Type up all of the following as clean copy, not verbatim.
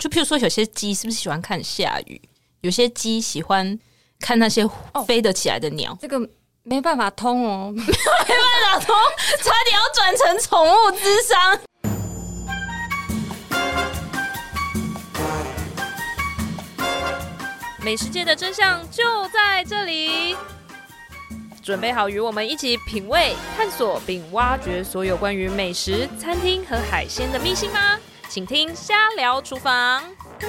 就譬如说有些鸡是不是喜欢看下雨，有些鸡喜欢看那些飞得起来的鸟， 这个没办法通哦， 没办法通，差点要转成宠物咨商。 美食界的真相就在这里，准备好与我们一起品味、探索并挖掘所有关于美食、餐厅和海鲜的秘辛吗？请听瞎聊厨房。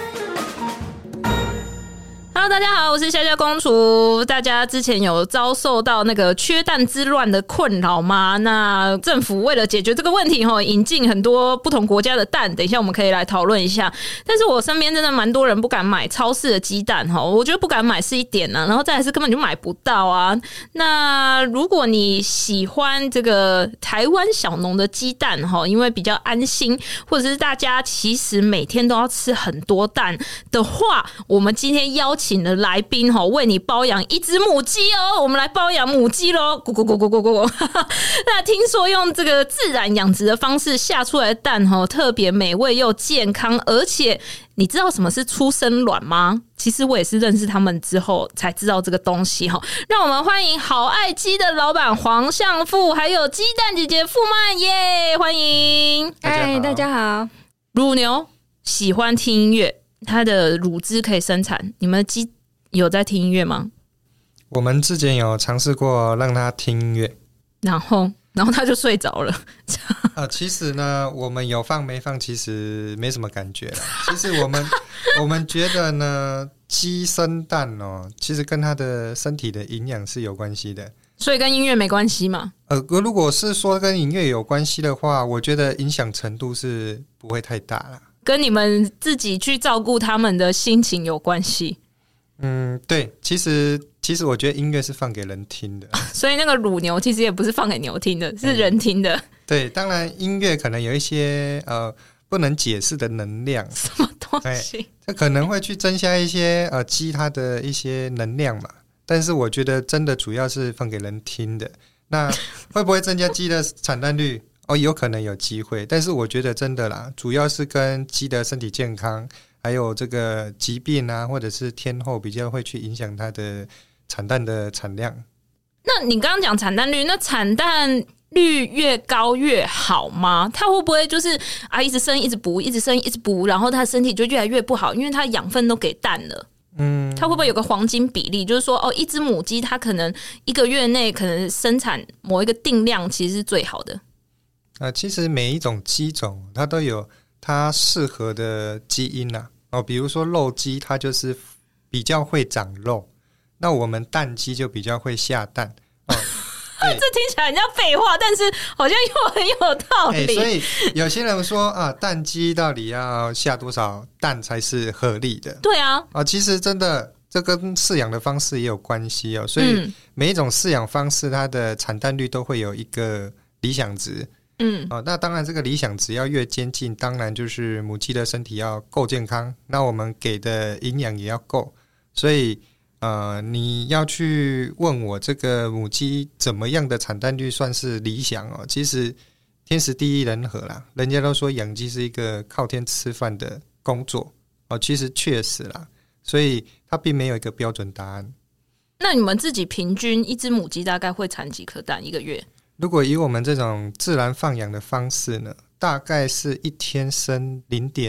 Hello， 大家好，我是夏夏公主。大家之前有遭受到那个缺蛋之乱的困扰吗？那政府为了解决这个问题，引进很多不同国家的蛋，等一下我们可以来讨论一下。但是我身边真的蛮多人不敢买超市的鸡蛋，我觉得不敢买是一点啊，然后再来是根本就买不到啊。那如果你喜欢这个台湾小农的鸡蛋，因为比较安心，或者是大家其实每天都要吃很多蛋的话，我们今天邀请的来宾为你包养一只母鸡哦，我们来包养母鸡咯，咕咕咕咕咕咕咕。那听说用这个自然养殖的方式下出来的蛋特别美味又健康，而且你知道什么是出生卵吗？其实我也是认识他们之后才知道这个东西。让我们欢迎好爱鸡的老板黄相富，还有鸡蛋姐姐富曼耶，欢迎！ 大家好。 乳牛喜欢听音乐，它的乳汁可以生产。你们的鸡有在听音乐吗？ 我们之前有尝试过让它听音乐， 然后它就睡着了。 其实呢，我们有放没放，其实没什么感觉啦。其实我们觉得呢，鸡生蛋其实跟它的身体的营养是有关系的。 所以跟音乐没关系吗？ 如果是说跟音乐有关系的话，我觉得影响程度是不会太大啦。 跟你们自己去照顾他们的心情有关系。 对，其实我觉得音乐是放给人听的， 所以那个乳牛其实也不是放给牛听的，是人听的。 对，当然音乐可能有一些不能解释的能量， 什么东西？ 这可能会去增加一些鸡它的一些能量嘛。但是我觉得真的主要是放给人听的。那会不会增加鸡的产蛋率？有可能有机会，但是我觉得真的啦，主要是跟鸡的身体健康，还有这个疾病啊，或者是天候比较会去影响它的产蛋的产量。 那你刚刚讲产蛋率，那产蛋率越高越好吗？它会不会就是一直生一直补，一直生一直补，然后它的身体就越来越不好，因为它养分都给蛋了？它会不会有个黄金比例，就是说一只母鸡它可能1个月内可能生产某一个定量，其实是最好的？ 其实每一种鸡种它都有它适合的基因啊。比如说肉鸡它就是比较会长肉，那我们蛋鸡就比较会下蛋。 这听起来很像废话，但是好像又很有道理。 所以有些人说蛋鸡到底要下多少蛋才是合理的？对啊，其实真的这跟饲养的方式也有关系哦。所以每一种饲养方式它的产蛋率都会有一个理想值。那当然这个理想值要越接近，当然就是母鸡的身体要够健康，那我们给的营养也要够。所以你要去问我这个母鸡怎么样的产蛋率算是理想其实天时地利人和啦，人家都说养鸡是一个靠天吃饭的工作其实确实啦，所以它并没有一个标准答案。 那你们自己平均一只母鸡大概会产几颗蛋1个月？ 如果以我们这种自然放养的方式呢，大概是一天生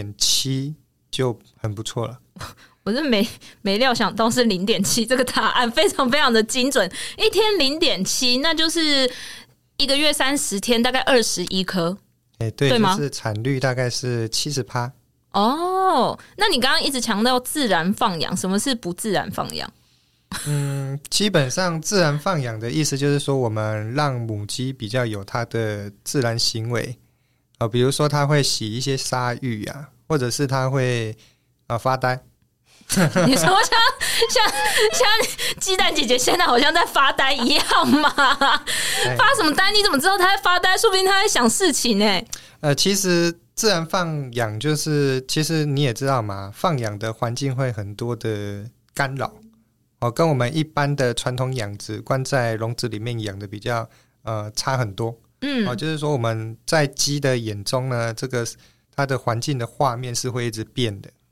0.7 就很不错了。 我是没料想到是 0.7 这个答案非常非常的精准，一天 0.7 那就是1个月30天大概21颗。 对吗？ 就是产率大概是 70%。 那你刚刚一直强调自然放养，什么是不自然放养？ 基本上自然放养的意思就是说我们让母鸡比较有它的自然行为比如说它会洗一些沙浴啊，或者是它会发呆。 你说像鸡蛋姐姐现在好像在发呆一样吗？发什么呆？你怎么知道她在发呆？说不定她在想事情呢。 其实自然放养就是其实你也知道嘛，放养的环境会很多的干扰跟我们一般的传统养殖关在笼子里面养的比较差很多。就是说我们在鸡的眼中呢，这个它的环境的画面是会一直变的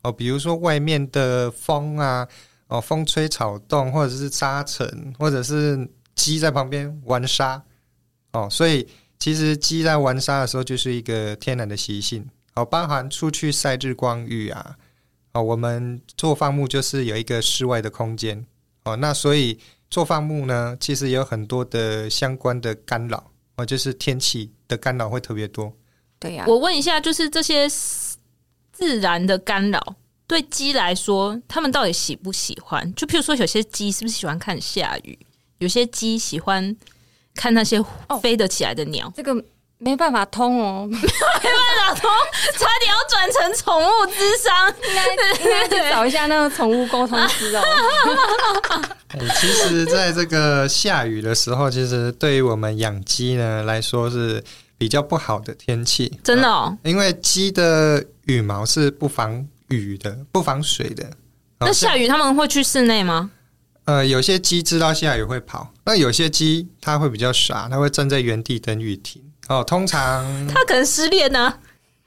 比如说外面的风啊，风吹草动，或者是沙尘，或者是鸡在旁边玩沙，所以其实鸡在玩沙的时候就是一个天然的习性，包含出去晒日光浴啊，我们做放牧就是有一个室外的空间，那所以做放牧呢，其实有很多的相关的干扰，就是天气的干扰会特别多。 对呀， 我问一下，就是这些自然的干扰对鸡来说，他们到底喜不喜欢？就譬如说，有些鸡是不是喜欢看下雨？有些鸡喜欢看那些飞得起来的鸟。 这个没办法通哦， 没办法通，差点要转成宠物咨商， 应该去找一下那个宠物沟通师哦。 其实在这个下雨的时候，其实对于我们养鸡呢来说是比较不好的天气， 真的因为鸡的羽毛是不防雨的，不防水的。 那下雨他们会去室内吗？ 有些鸡知道下雨会跑，那有些鸡它会比较傻，它会站在原地等雨停。通常它可能失恋呢。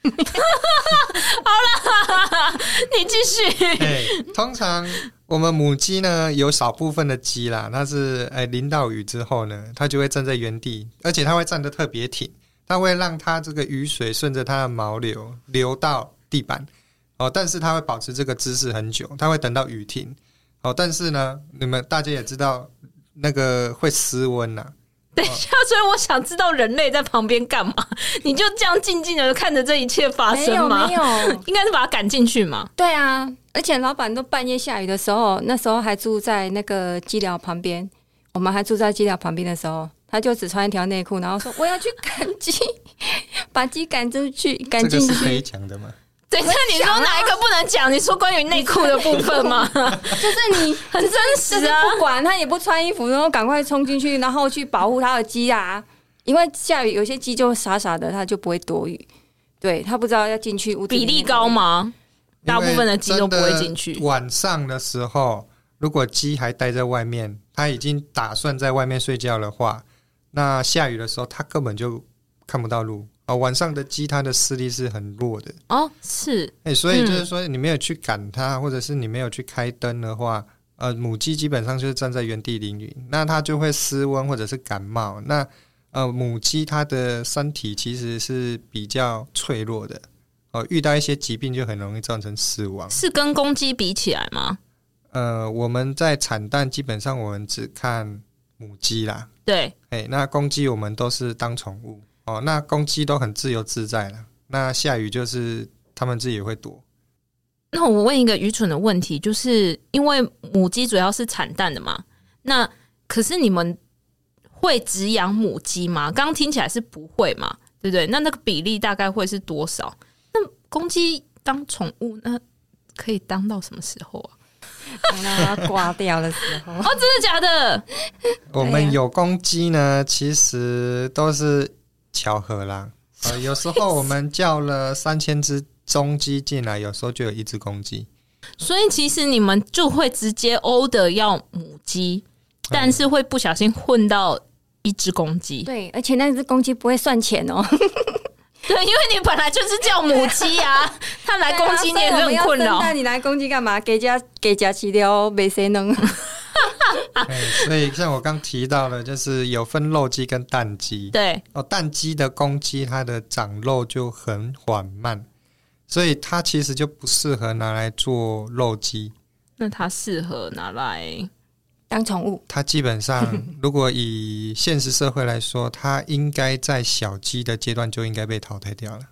好啦，你继续。 通常我们母鸡呢，有少部分的鸡啦，它是淋到雨之后呢，它就会站在原地，而且它会站得特别挺，它会让它这个雨水顺着它的毛流到地板，但是它会保持这个姿势很久，它会等到雨停。但是呢，你们大家也知道那个会失温啊。 等一下，所以我想知道人类在旁边干嘛？你就这样静静的看着这一切发生吗？ 没有， 应该是把它赶进去嘛。 对啊，而且老板都半夜下雨的时候，那时候还住在那个鸡寮旁边，我们还住在鸡寮旁边的时候，他就只穿一条内裤，然后说我要去赶鸡，把鸡赶出去，赶进去。 这个是可以讲的吗？ 等一下，你说哪一个不能讲？你说关于内裤的部分吗？ 就是你很真实啊， 就是不管他也不穿衣服，然后赶快冲进去，然后去保护他的鸡啊。因为下雨，有些鸡就傻傻的，他就不会躲雨。对，他不知道要进去屋子里面。 比例高吗？大部分的鸡都不会进去。 晚上的时候，如果鸡还待在外面，他已经打算在外面睡觉的话，那下雨的时候他根本就看不到路。晚上的鸡它的视力是很弱的是所以就是说你没有去赶它，或者是你没有去开灯的话，母鸡基本上就是站在原地淋雨，那它就会失温或者是感冒。那母鸡它的身体其实是比较脆弱的，遇到一些疾病就很容易造成死亡。 是跟公鸡比起来吗？ 我们在产蛋基本上我们只看母鸡啦， 对， 那公鸡我们都是当宠物。那公鸡都很自由自在了，那下雨就是他们自己也会躲。 那我问一个愚蠢的问题，就是因为母鸡主要是产蛋的嘛，那可是你们会只养母鸡吗？刚刚听起来是不会嘛，对不对？那个比例大概会是多少？那公鸡当宠物，那可以当到什么时候啊？ 当它挂掉的时候。 真的假的？ 我们有公鸡呢，其实都是巧合啦，有时候我们叫了3000只中鸡进来，有时候就有1只公鸡。 所以其实你们就会直接 order 要母鸡，但是会不小心混到1只公鸡。 对，而且那只公鸡不会算钱哦。 对，因为你本来就是叫母鸡啊，他来公鸡你也是很困扰。 那你来公鸡干嘛？给家饲料没谁能。 所以像我刚提到的，就是有分肉鸡跟蛋鸡。 对， 蛋鸡的公鸡它的长肉就很缓慢，所以它其实就不适合拿来做肉鸡。 那它适合拿来当宠物？ 它基本上如果以现实社会来说，它应该在小鸡的阶段就应该被淘汰掉了。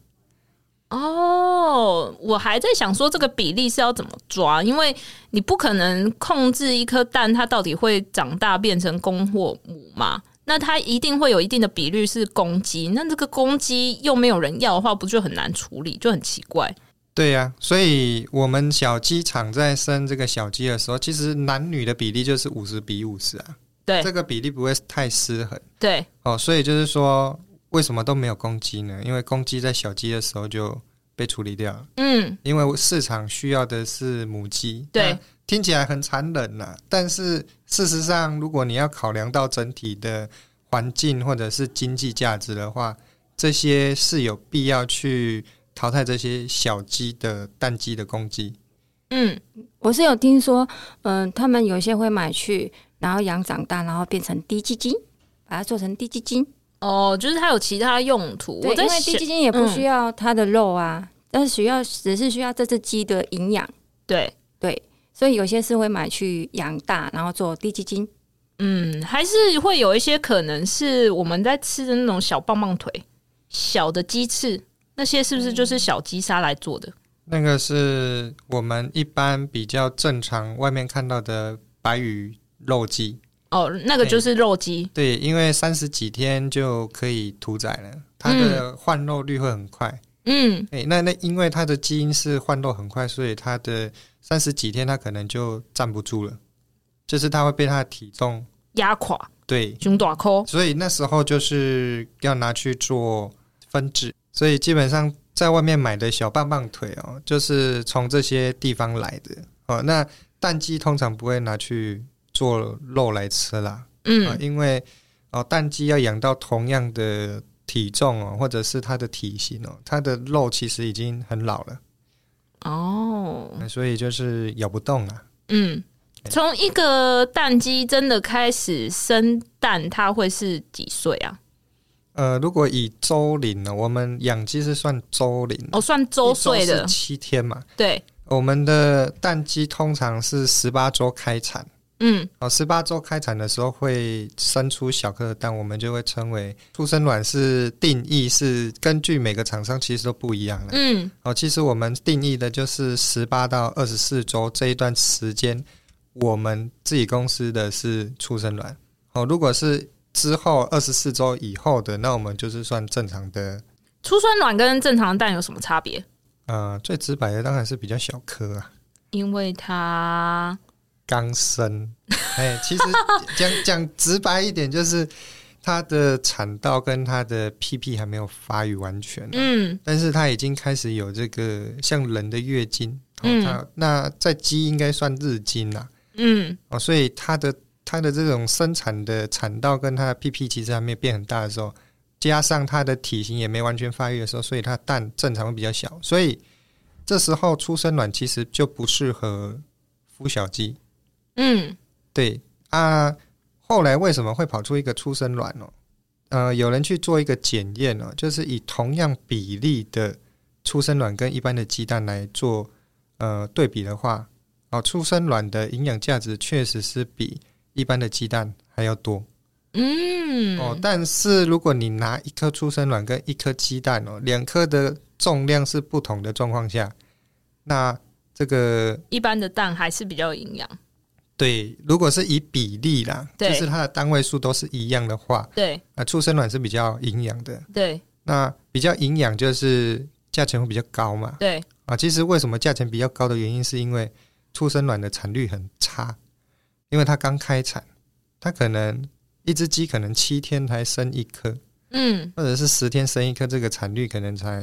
我还在想说这个比例是要怎么抓，因为你不可能控制一颗蛋它到底会长大变成公或母嘛，那它一定会有一定的比率是公鸡，那这个公鸡又没有人要的话，不就很难处理，就很奇怪。 对呀，所以我们小鸡场在生这个小鸡的时候，其实男女的比例就是50:50啊。 对， 这个比例不会太失衡。 对， 所以就是说为什么都没有公鸡呢？因为公鸡在小鸡的时候就被处理掉了。因为市场需要的是母鸡。 对， 听起来很残忍啦，但是事实上如果你要考量到整体的环境或者是经济价值的话，这些是有必要去淘汰这些小鸡的蛋鸡的公鸡。 我是有听说，他们有些会买去，然后养长大，然后变成滴鸡精，把它做成滴鸡精。 就是它有其他用途。 对，因为滴鸡精也不需要它的肉啊，但是只是需要这只鸡的营养。 对， 所以有些是会买去养大，然后做滴鸡精。 还是会有一些可能是我们在吃的那种小棒棒腿、小的鸡翅，那些是不是就是小鸡杀来做的？ 那个是我们一般比较正常外面看到的白羽肉鸡。 那个就是肉鸡。 对，因为30几天就可以屠宰了，它的换肉率会很快。那因为它的基因是换肉很快，所以它的30几天它可能就站不住了，就是它会被它的体重压垮。 对， 胸大颗， 所以那时候就是要拿去做分制，所以基本上在外面买的小棒棒腿就是从这些地方来的。那蛋鸡通常不会拿去做肉来吃啦。因为蛋鸡要养到同样的体重或者是它的体型它的肉其实已经很老了。所以就是咬不动了。 从一个蛋鸡真的开始生蛋，它会是几岁啊？ 如果以周龄呢，我们养鸡是算周龄， 算周岁的 ，7天嘛。 对， 我们的蛋鸡通常是18周开产。18周开产的时候会生出小颗的蛋，我们就会称为出生卵，是定义是根据每个厂商其实都不一样了。其实我们定义的就是18到24周这一段时间，我们自己公司的是出生卵。如果是之后24周以后的，那我们就是算正常的。 出生卵跟正常的蛋有什么差别？ 最直白的当然是比较小颗啊， 因为它刚生。其实讲直白一点，就是它的产道跟它的屁屁还没有发育完全。但是它已经开始有这个像人的月经。那在鸡应该算日经啦。所以它的这种生产的产道跟它的屁屁其实还没有变很大的时候，加上它的体型也没完全发育的时候，所以它蛋正常会比较小，所以这时候出生卵其实就不适合孵小鸡。对啊，后来为什么会跑出一个出生卵有人去做一个检验就是以同样比例的出生卵跟一般的鸡蛋来做对比的话，出生卵的营养价值确实是比一般的鸡蛋还要多。但是如果你拿一颗出生卵跟一颗鸡蛋2颗的重量是不同的状况下，那这个一般的蛋还是比较有营养。 对，如果是以比例啦，就是它的单位数都是一样的话， 对， 出生卵是比较营养的。 对， 那比较营养就是价钱会比较高嘛。 对其实为什么价钱比较高的原因是因为出生卵的产率很差，因为它刚开产，它可能一只鸡可能7天才生一颗，或者是10天生一颗，这个产率可能才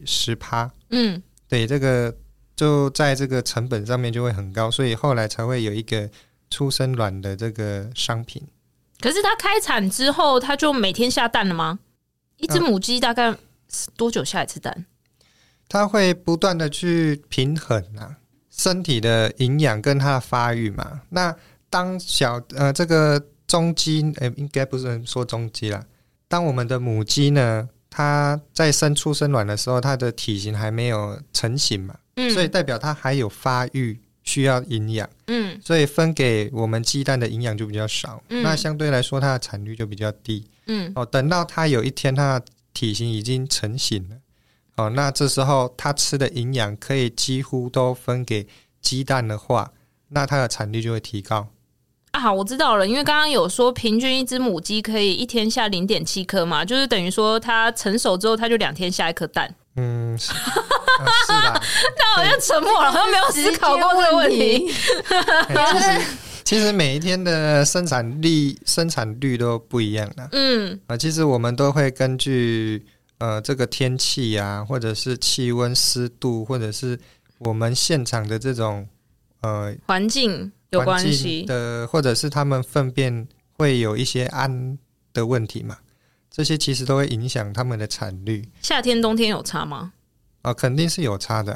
10%。对，这个就在这个成本上面就会很高，所以后来才会有一个出生卵的这个商品。 可是它开产之后，它就每天下蛋了吗？一只母鸡大概多久下一次蛋？ 它会不断的去平衡身体的营养跟它的发育嘛。那当这个中鸡应该不是能说中鸡啦，当我们的母鸡呢，它在生出生卵的时候，它的体型还没有成型嘛，所以代表它还有发育需要营养，所以分给我们鸡蛋的营养就比较少，那相对来说它的产率就比较低。等到它有一天它的体型已经成型了，那这时候它吃的营养可以几乎都分给鸡蛋的话，那它的产率就会提高。 好，我知道了，因为刚刚有说平均一只母鸡可以一天下 0.7 颗嘛，就是等于说它成熟之后它就2天下一颗蛋。 是啦。 他好像沉默了，好像没有思考过这个问题。 其实每一天的生产率都不一样的。其实我们都会根据这个天气啊，或者是气温、湿度，或者是我们现场的这种环境有关系的，或者是他们粪便会有一些氨的问题嘛，这些其实都会影响他们的产率。 夏天冬天有差吗？ 肯定是有差的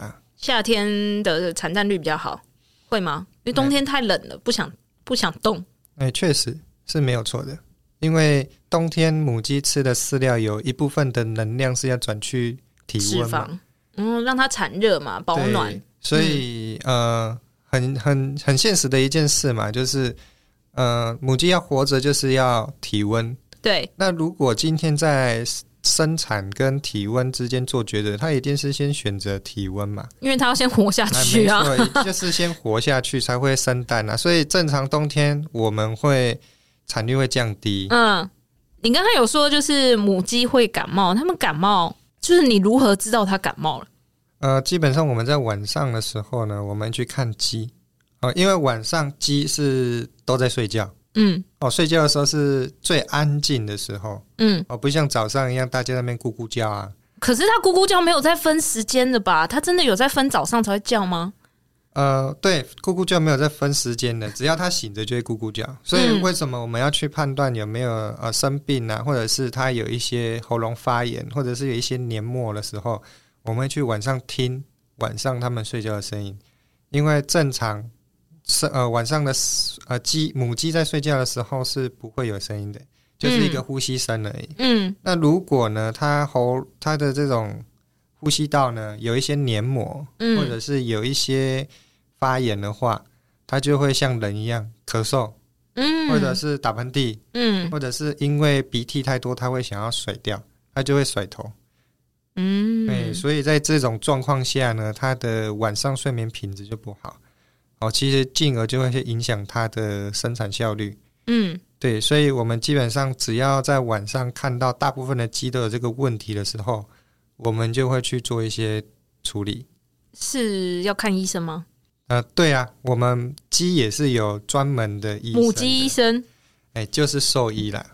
夏天的产蛋率比较好，会吗？因为冬天太冷了，不想动。 确实是没有错的，因为冬天母鸡吃的饲料有一部分的能量是要转去体温嘛， 让它产热嘛，保暖。 所以很现实的一件事嘛，就是母鸡要活着就是要体温。 对， 那如果今天在生产跟体温之间做抉择，它一定是先选择体温嘛，因为它要先活下去啊。 没错，就是先活下去才会生蛋啊。所以正常冬天我们会产率会降低。 你刚才有说就是母鸡会感冒，它们感冒就是你如何知道它感冒了？ 基本上我们在晚上的时候呢，我们去看鸡，因为晚上鸡是都在睡觉。睡觉的时候是最安静的时候。不像早上一样大家在那边咕咕叫啊。 可是它咕咕叫没有在分时间的吧？它真的有在分早上才会叫吗？ 对，咕咕叫没有在分时间的，只要它醒着就会咕咕叫。所以为什么我们要去判断有没有生病啊，或者是它有一些喉咙发炎，或者是有一些黏膜的时候，我们会去晚上听晚上他们睡觉的声音，因为正常晚上的母鸡在睡觉的时候是不会有声音的，就是一个呼吸声而已。那如果呢它的这种呼吸道呢有一些黏膜，或者是有一些发炎的话，它就会像人一样咳嗽，或者是打喷嚏，或者是因为鼻涕太多它会想要甩掉，它就会甩头。对，所以在这种状况下呢，它的晚上睡眠品质就不好，其实进而就会影响它的生产效率。对，所以我们基本上只要在晚上看到大部分的鸡都有这个问题的时候，我们就会去做一些处理。 是要看医生吗？ 对啊，我们鸡也是有专门的医生的， 母鸡医生， 就是兽医啦。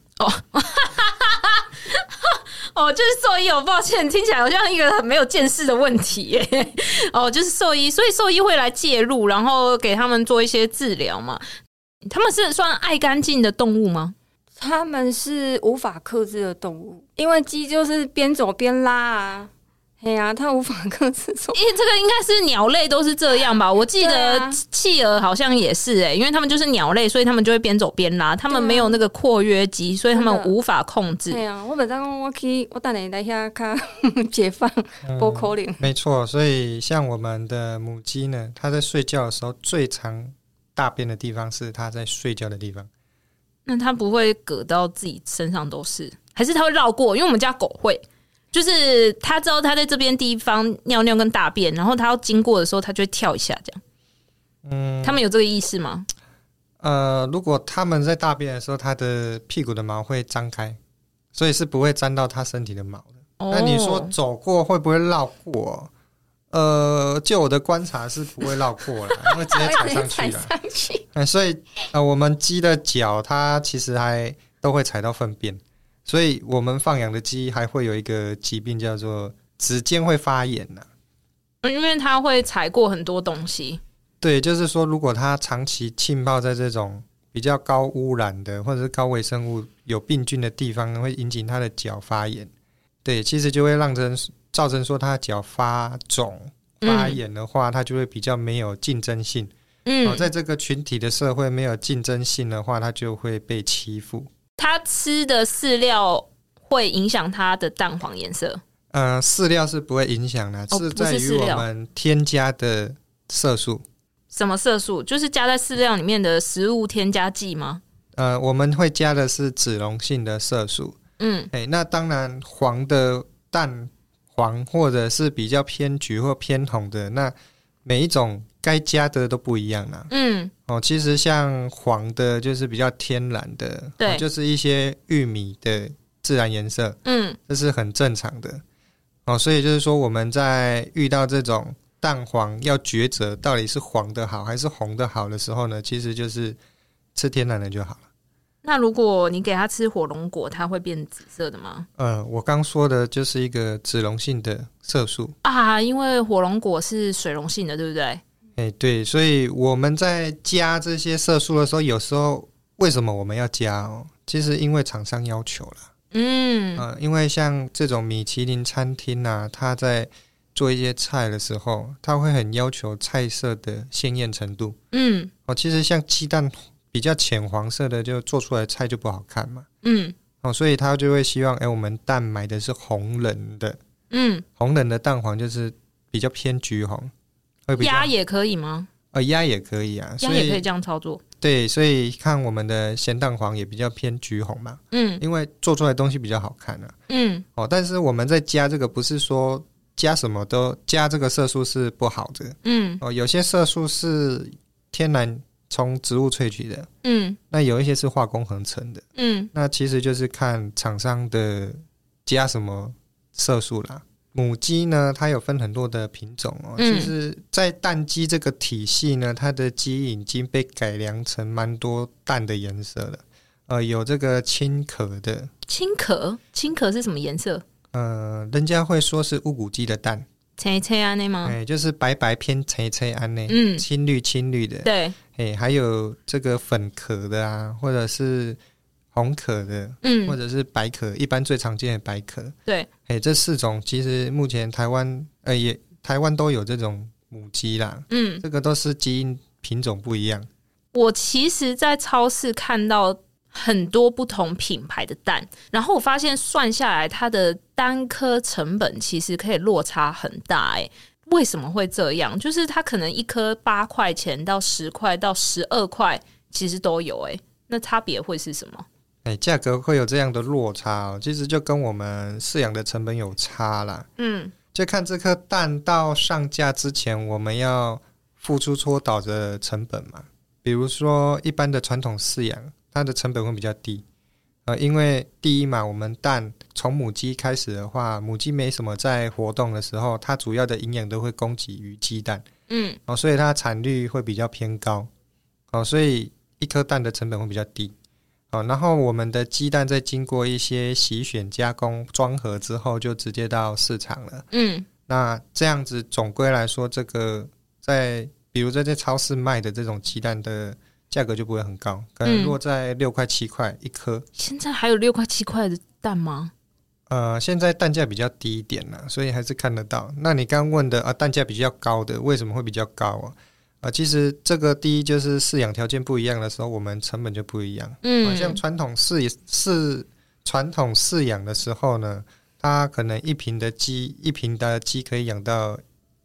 就是兽医。抱歉，听起来好像一个很没有见识的问题耶。就是兽医，所以兽医会来介入，然后给他们做一些治疗嘛。他们是算爱干净的动物吗？ 他们是无法克制的动物，因为鸡就是边走边拉啊。它无法克制。 因为这个应该是鸟类都是这样吧？我记得企鹅好像也是因为他们就是鸟类，所以他们就会边走边拉，他们没有那个括约肌，所以他们无法控制。 我本来讲我等下来下看解放不可能。 没错，所以像我们的母鸡呢，它在睡觉的时候最常大便的地方是它在睡觉的地方。 那它不会割到自己身上都是，还是它会绕过？因为我们家狗会。就是他知道他在这边地方尿尿跟大便，然后他要经过的时候他就会跳一下这样。他们有这个意识吗？ 如果他们在大便的时候，他的屁股的毛会张开，所以是不会沾到他身体的毛的。那你说走过会不会绕过？就我的观察是不会绕过了，因为直接踩上去了。所以我们鸡的脚它其实还都会踩到粪便。所以我们放养的鸡还会有一个疾病叫做指尖会发炎因为它会踩过很多东西。 对，就是说如果它长期浸泡在这种比较高污染的或者是高微生物有病菌的地方，会引起它的脚发炎。对，其实就会造成说它的脚发肿发炎的话，它就会比较没有竞争性。在这个群体的社会没有竞争性的话，它就会被欺负。 他吃的饲料会影响他的蛋黄颜色？ 饲料是不会影响的，是在于我们添加的色素。 什么色素？就是加在饲料里面的食物添加剂吗？ 我们会加的是脂溶性的色素。那当然黄的蛋黄或者是比较偏橘或偏红的，那每一种该加的都不一样啦。其实像黄的就是比较天然的，对，就是一些玉米的自然颜色，这是很正常的。所以就是说我们在遇到这种蛋黄要抉择到底是黄的好还是红的好的时候呢，其实就是吃天然的就好了。 那如果你给它吃火龙果，它会变紫色的吗？ 我刚说的就是一个脂溶性的色素因为火龙果是水溶性的，对不对？ 对，所以我们在加这些色素的时候，有时候为什么我们要加其实因为厂商要求啦。因为像这种米其林餐厅它在做一些菜的时候，他会很要求菜色的鲜艳程度。其实像鸡蛋比较浅黄色的，就做出来的菜就不好看嘛。所以他就会希望我们蛋买的是红冷的。红冷的蛋黄就是比较偏橘红。 鸭也可以吗？ 鸭也可以啊， 鸭也可以这样操作。 对，所以看我们的咸蛋黄也比较偏橘红嘛。因为做出来的东西比较好看啊。但是我们在加这个不是说加什么都加这个色素是不好的。有些色素是天然从植物萃取的。那有一些是化工合成的。那其实就是看厂商的加什么色素啦。母鸡呢，它有分很多的品种其实在蛋鸡这个体系呢，它的基因已经被改良成蛮多蛋的颜色了。有这个青壳的。青壳是什么颜色？人家会说是乌骨鸡的蛋。 青青安内吗？ 就是白白偏青青安内。青绿的。对。还有这个粉壳的啊，或者是红壳的。或者是白壳，一般最常见的白壳。对。这4种其实目前台湾都有这种母鸡啦。这个都是基因品种不一样。 我其实在超市看到很多不同品牌的蛋，然后我发现算下来它的单颗成本其实可以落差很大。为什么会这样？就是它可能一颗8块钱到10块到12块其实都有。那差别会是什么？ 价格会有这样的落差其实就跟我们饲养的成本有差啦。就看这颗蛋到上架之前我们要付出搓导的成本嘛。比如说一般的传统饲养，它的成本会比较低。因为第一嘛，我们蛋从母鸡开始的话，母鸡没什么在活动的时候，它主要的营养都会供给于鸡蛋。所以它产率会比较偏高。所以一颗蛋的成本会比较低。然后我们的鸡蛋在经过一些洗选加工装盒之后就直接到市场了。那这样子总归来说，这个比如在超市卖的这种鸡蛋的价格就不会很高，可能落在6块7块一颗。 现在还有6块7块的蛋吗？ 现在蛋价比较低一点啦，所以还是看得到。那你刚问的蛋价比较高的为什么会比较高其实这个第一就是饲养条件不一样的时候，我们成本就不一样。像传统饲养的时候呢，它可能一瓶的鸡可以养到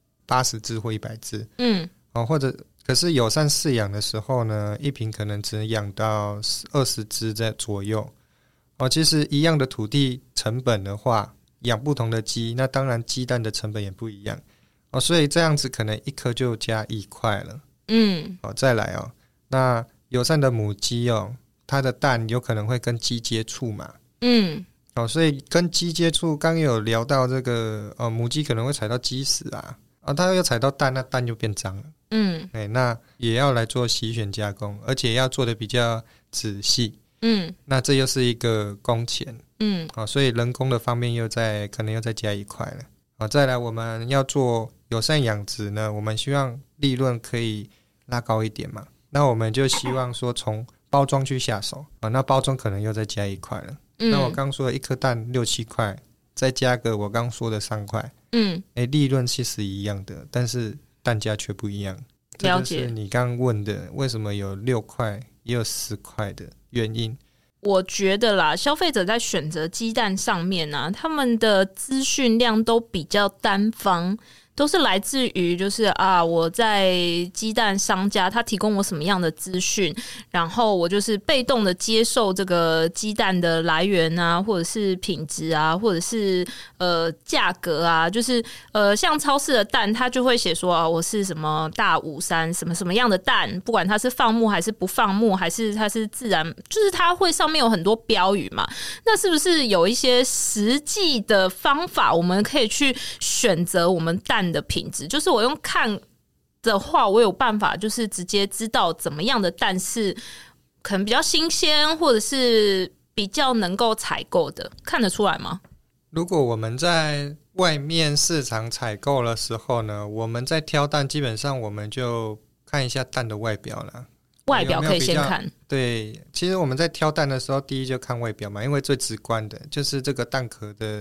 80只或100只。或者可是友善饲养的时候呢，一瓶可能只能养到20只在左右。其实一样的土地成本的话，养不同的鸡，那当然鸡蛋的成本也不一样。所以这样子可能一颗就加1块了。再来那友善的母鸡它的蛋有可能会跟鸡接触嘛。所以跟鸡接触，刚有聊到这个母鸡可能会踩到鸡屎它又踩到蛋，那蛋就变脏了。那也要来做洗选加工，而且要做的比较仔细。那这又是一个工钱。所以人工的方面可能又再加1块了。再来我们要做友善养殖呢，我们希望利润可以拉高一点嘛，那我们就希望说从包装去下手那包装可能又再加1块了。那我刚说的一颗蛋6、7块，再加个我刚说的3块，利润其实一样的，但是蛋价却不一样。 了解， 这就是你刚问的为什么有6块也有10块的原因。 我觉得啦，消费者在选择鸡蛋上面他们的资讯量都比较单方，都是来自于就是我在鸡蛋商家他提供我什么样的资讯，然后我就是被动的接受这个鸡蛋的来源或者是品质或者是价格就是像超市的蛋它就会写说我是什么大53什么什么样的蛋，不管它是放牧还是不放牧还是它是自然，就是它会上面有很多标语嘛。那是不是有一些实际的方法我们可以去选择我们蛋的品质，就是我用看的话我有办法就是直接知道怎么样的蛋是可能比较新鲜或者是比较能够采购的，看得出来吗？ 如果我们在外面市场采购的时候呢，我们在挑蛋基本上我们就看一下蛋的外表啦。 外表可以先看。 对，其实我们在挑蛋的时候第一就看外表嘛，因为最直观的就是这个蛋壳的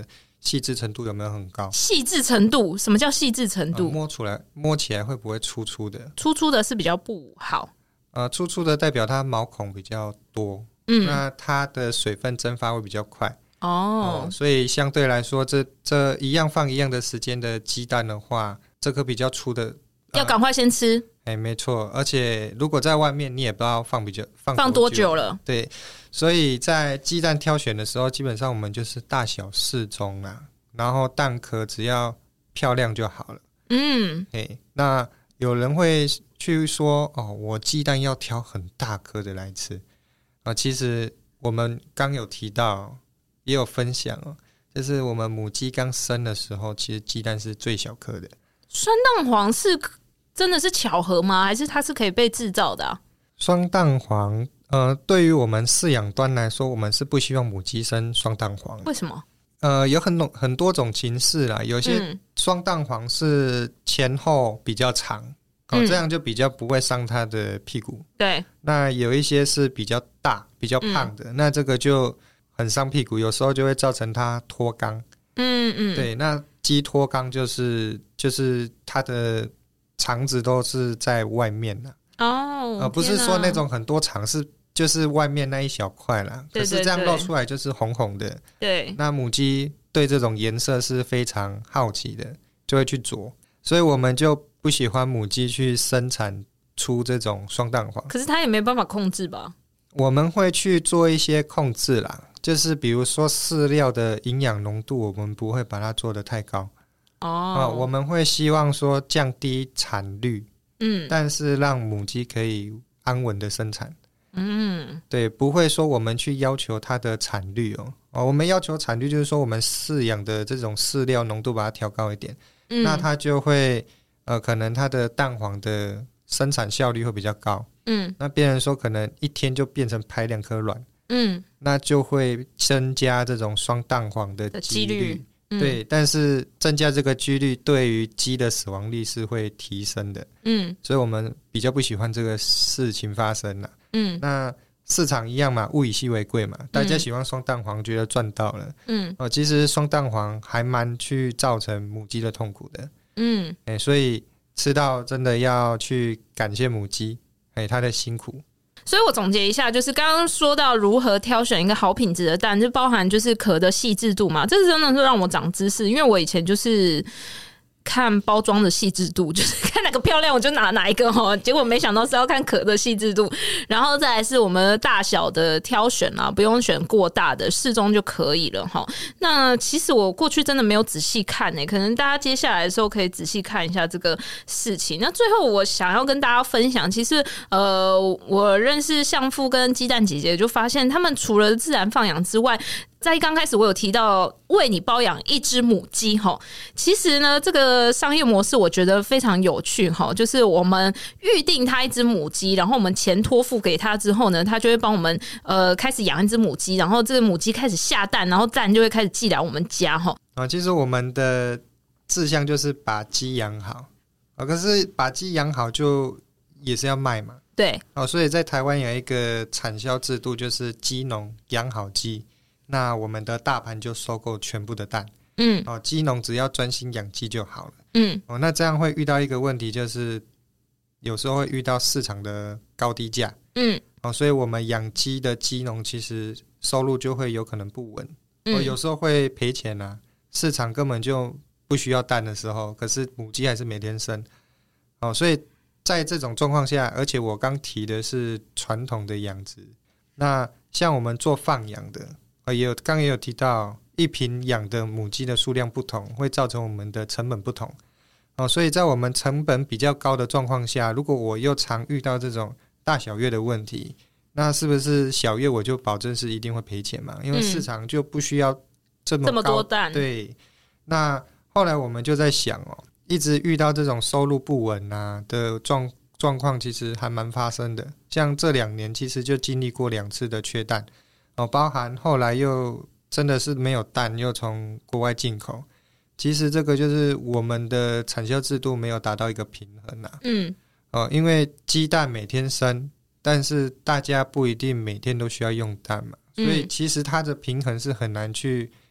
细致程度有没有很高？ 细致程度？什么叫细致程度？ 摸起来会不会粗粗的？ 粗粗的是比较不好。 粗粗的代表它毛孔比较多，那它的水分蒸发会比较快。所以相对来说，这一样放一样的时间的鸡蛋的话，这颗比较粗的要赶快先吃。 没错，而且如果在外面，你也不知道放多久了。 对，所以在鸡蛋挑选的时候，基本上我们就是大小适中啦，然后蛋壳只要漂亮就好了。那有人会去说我鸡蛋要挑很大颗的来吃其实我们刚有提到，也有分享就是我们母鸡刚生的时候，其实鸡蛋是最小颗的。 双蛋黄是真的是巧合吗？还是它是可以被制造的双蛋黄对于我们饲养端来说，我们是不希望母鸡生双蛋黄。 为什么？ 有很多种形式啦，有些双蛋黄是前后比较长这样就比较不会伤它的屁股。 对， 那有一些是比较大比较胖的那这个就很伤屁股，有时候就会造成它脱肛。对，那鸡脱肛就是它的肠子都是在外面啦。不是说那种很多肠，是就是外面那一小块啦。可是这样露出来就是红红的。 对， 那母鸡对这种颜色是非常好奇的，就会去啄，所以我们就不喜欢母鸡去生产出这种双蛋黄。 可是它也没办法控制吧？ 我们会去做一些控制啦，就是比如说饲料的营养浓度，我们不会把它做得太高。我们会希望说降低产率，但是让母鸡可以安稳的生产。对，不会说我们去要求它的产率我们要求产率就是说我们饲养的这种饲料浓度把它调高一点，那它就会可能它的蛋黄的生产效率会比较高。那别人说可能一天就变成排2颗卵，那就会增加这种双蛋黄的几率。对，但是增加这个几率对于鸡的死亡率是会提升的。所以我们比较不喜欢这个事情发生啦。那市场一样嘛，物以稀为贵嘛，大家喜欢双蛋黄觉得赚到了。其实双蛋黄还蛮去造成母鸡的痛苦的。所以吃到真的要去感谢母鸡它的辛苦。 所以我总结一下，就是刚刚说到如何挑选一个好品质的蛋，就包含就是壳的细致度嘛，这是真的是让我长知识，因为我以前就是看包装的细致度，就是看哪个漂亮我就拿哪一个结果没想到是要看壳的细致度，然后再来是我们大小的挑选不用选过大的，适中就可以了那其实我过去真的没有仔细看可能大家接下来的时候可以仔细看一下这个事情。那最后我想要跟大家分享，其实我认识相父跟鸡蛋姐姐，就发现他们除了自然放养之外，在刚开始我有提到为你包养一只母鸡其实呢这个商业模式我觉得非常有趣就是我们预定它一只母鸡，然后我们钱托付给他之后呢，他就会帮我们开始养一只母鸡，然后这个母鸡开始下蛋，然后蛋就会开始寄来我们家其实我们的志向就是把鸡养好可是把鸡养好就也是要卖嘛。 对所以在台湾有一个产销制度，就是鸡农养好鸡，那我们的大盘就收购全部的蛋。鸡农只要专心养鸡就好了。那这样会遇到一个问题，就是有时候会遇到市场的高低价。所以我们养鸡的鸡农其实收入就会有可能不稳。有时候会赔钱市场根本就不需要蛋的时候，可是母鸡还是每天生。所以在这种状况下，而且我刚提的是传统的养殖，那像我们做放养的刚也有提到，一坪养的母鸡的数量不同，会造成我们的成本不同。所以在我们成本比较高的状况下，如果我又常遇到这种大小月的问题，那是不是小月我就保证是一定会赔钱嘛？因为市场就不需要这么多蛋。 对，那后来我们就在想一直遇到这种收入不稳的状况，其实还蛮发生的。像这2年其实就经历过2次的缺蛋包含后来又真的是没有蛋，又从国外进口。其实这个就是我们的产销制度没有达到一个平衡因为鸡蛋每天生，但是大家不一定每天都需要用蛋嘛，所以其实它的平衡是很难去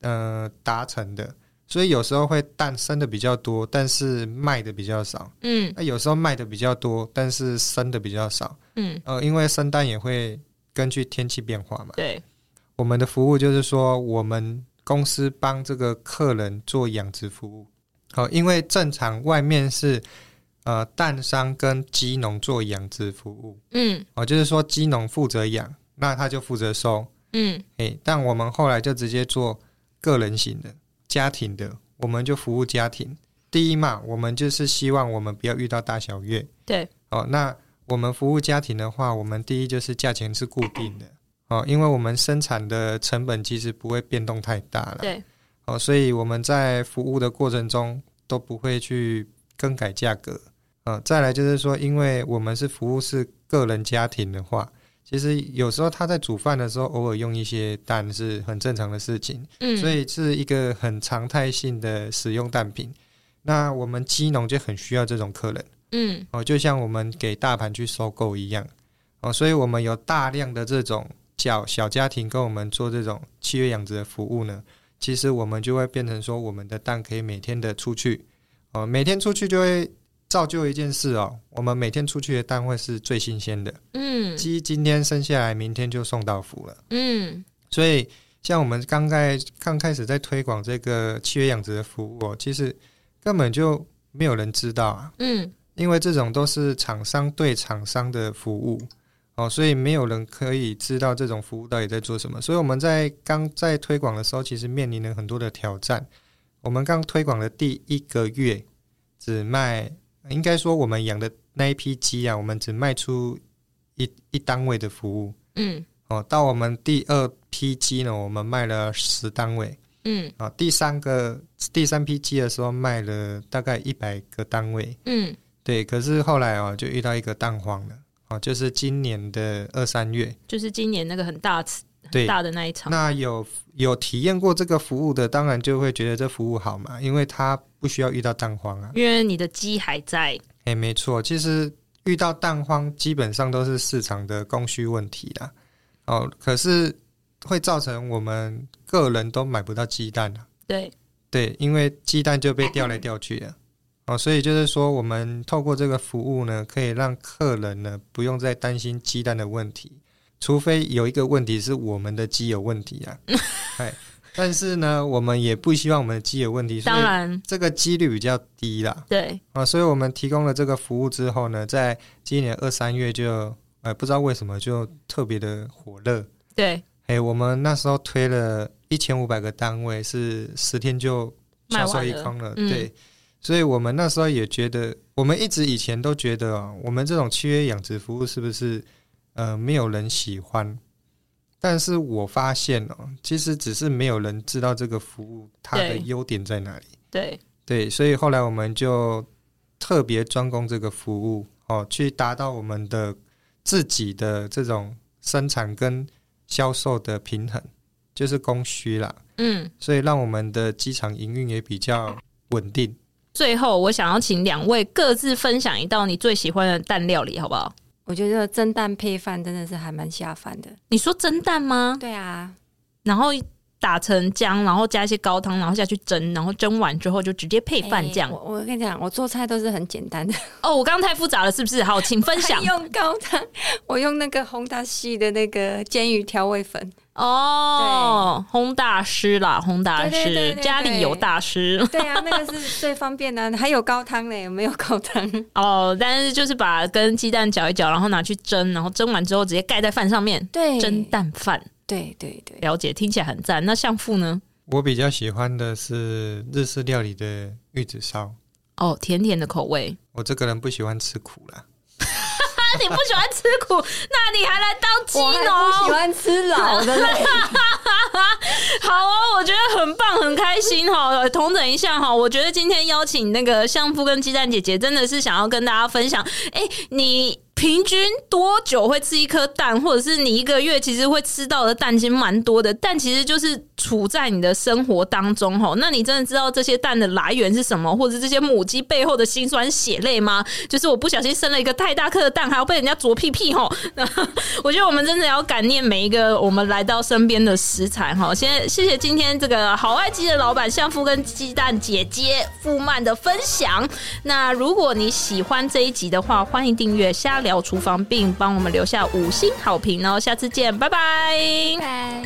达成的，所以有时候会蛋生的比较多，但是卖的比较少。有时候卖的比较多，但是生的比较少。因为生蛋也会根据天气变化嘛。 对， 我们的服务就是说，我们公司帮这个客人做养殖服务。因为正常外面是蛋商跟鸡农做养殖服务。就是说鸡农负责养，那他就负责收。但我们后来就直接做个人型的家庭的，我们就服务家庭。第一嘛，我们就是希望我们不要遇到大小月。 对， 那我们服务家庭的话，我们第一就是价钱是固定的。因为我们生产的成本其实不会变动太大了。 对， 所以我们在服务的过程中都不会去更改价格。再来就是说，因为我们是服务是个人家庭的话，其实有时候他在煮饭的时候偶尔用一些蛋是很正常的事情。所以是一个很常态性的使用蛋品。那我们鸡农就很需要这种客人。就像我们给大盘去收购一样。所以我们有大量的这种小家庭跟我们做这种契约养殖的服务呢，其实我们就会变成说，我们的蛋可以每天的出去。每天出去就会造就一件事我们每天出去的蛋会是最新鲜的。鸡今天生下来，明天就送到府了。所以像我们刚开始在推广这个契约养殖的服务其实根本就没有人知道啊。因为这种都是厂商对厂商的服务。所以没有人可以知道这种服务到底在做什么。所以我们刚在推广的时候，其实面临了很多的挑战。我们刚推广的第1个月只卖，应该说我们养的那一批鸡我们只卖出一单位的服务。到我们第2批鸡呢，我们卖了10单位。第三批鸡的时候卖了大概100个单位。对，可是后来就遇到一个蛋荒了。就是今年的2、3月， 就是今年那个很大的那一场。 那有体验过这个服务的，当然就会觉得这服务好嘛，因为它不需要遇到蛋荒因为你的鸡还在。 没错，其实遇到蛋荒基本上都是市场的供需问题啦。可是会造成我们个人都买不到鸡蛋了。对，因为鸡蛋就被调来调去了。所以就是说，我们透过这个服务呢，可以让客人呢不用再担心鸡蛋的问题，除非有一个问题是我们的鸡有问题但是呢，我们也不希望我们的鸡有问题， 当然这个几率比较低啦。 对所以我们提供了这个服务之后呢，在今年2、3月就不知道为什么就特别的火热。 对， 我们那时候推了1500个单位，是10天就销售一空了。对。所以我们那时候也觉得，我们一直以前都觉得我们这种契约养殖服务是不是没有人喜欢？但是我发现其实只是没有人知道这个服务它的优点在哪里。对，所以后来我们就特别专攻这个服务去达到我们的自己的这种生产跟销售的平衡，就是供需啦。所以让我们的鸡场营运也比较稳定。 最后我想要请2位各自分享一道你最喜欢的蛋料理好不好？ 我觉得蒸蛋配饭真的是还蛮下饭的。 你说蒸蛋吗？ 对啊， 然后打成浆，然后加一些高汤，然后下去蒸，然后蒸完之后就直接配饭这样。 我跟你讲，我做菜都是很简单的。 我刚刚太复杂了是不是？好，请分享。 用高汤，我用那个烘大师的那个煎鱼调味粉。 烘大师啦，烘大师，家里有大师。 对啊，那个是最方便的。还有高汤嘞，有没有高汤？ 但是就是把跟鸡蛋搅一搅，然后拿去蒸，然后蒸完之后直接盖在饭上面。 对， 蒸蛋饭。 对， 了解，听起来很赞。那相父呢？ 我比较喜欢的是日式料理的玉子烧。 甜甜的口味。 我这个人不喜欢吃苦啦。 你不喜欢吃苦，那你还来当鸡农？ 我还不喜欢吃老的嘞。 好我觉得很棒，很开心同等一下我觉得今天邀请那个相夫跟鸡蛋姐姐，真的是想要跟大家分享，你平均多久会吃一颗蛋，或者是你一个月其实会吃到的蛋其实蛮多的，但其实就是处在你的生活当中。那你真的知道这些蛋的来源是什么，或者这些母鸡背后的辛酸血泪吗？就是我不小心生了一个太大颗的蛋，还要被人家啄屁屁。我觉得我们真的要感念每一个我们来到身边的食材。谢谢今天这个好爱鸡的老板相夫跟鸡蛋姐姐富曼的分享。那如果你喜欢这一集的话，欢迎订阅瞎聊厨房，并帮我们留下5星好评哦。下次见，拜拜。 拜。